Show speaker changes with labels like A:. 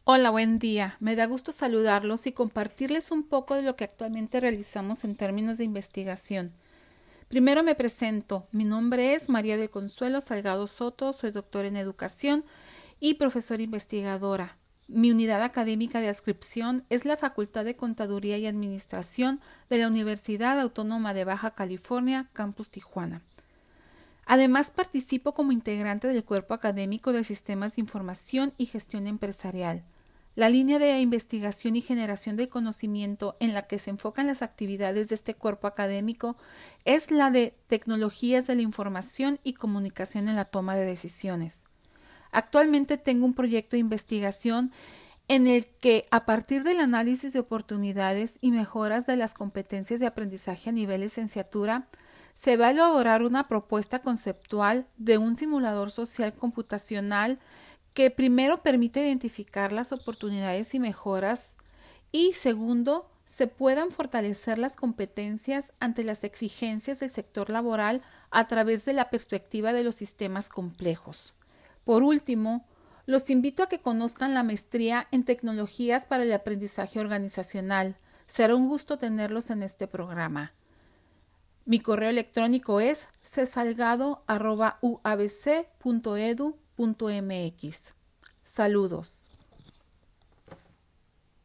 A: Hola, buen día. Me da gusto saludarlos y compartirles un poco de lo que actualmente realizamos en términos de investigación. Primero me presento. Mi nombre es María de Consuelo Salgado Soto, soy doctora en educación y profesora investigadora. Mi unidad académica de adscripción es la Facultad de Contaduría y Administración de la Universidad Autónoma de Baja California, Campus Tijuana. Además, participo como integrante del cuerpo académico de Sistemas de Información y Gestión Empresarial. La línea de investigación y generación de conocimiento en la que se enfocan las actividades de este cuerpo académico es la de tecnologías de la información y comunicación en la toma de decisiones. Actualmente tengo un proyecto de investigación en el que, a partir del análisis de oportunidades y mejoras de las competencias de aprendizaje a nivel licenciatura, se va a elaborar una propuesta conceptual de un simulador social computacional que primero permite identificar las oportunidades y mejoras y segundo, se puedan fortalecer las competencias ante las exigencias del sector laboral a través de la perspectiva de los sistemas complejos. Por último, los invito a que conozcan la maestría en tecnologías para el aprendizaje organizacional. Será un gusto tenerlos en este programa. Mi correo electrónico es csalgado@uabc.edu.mx. Saludos.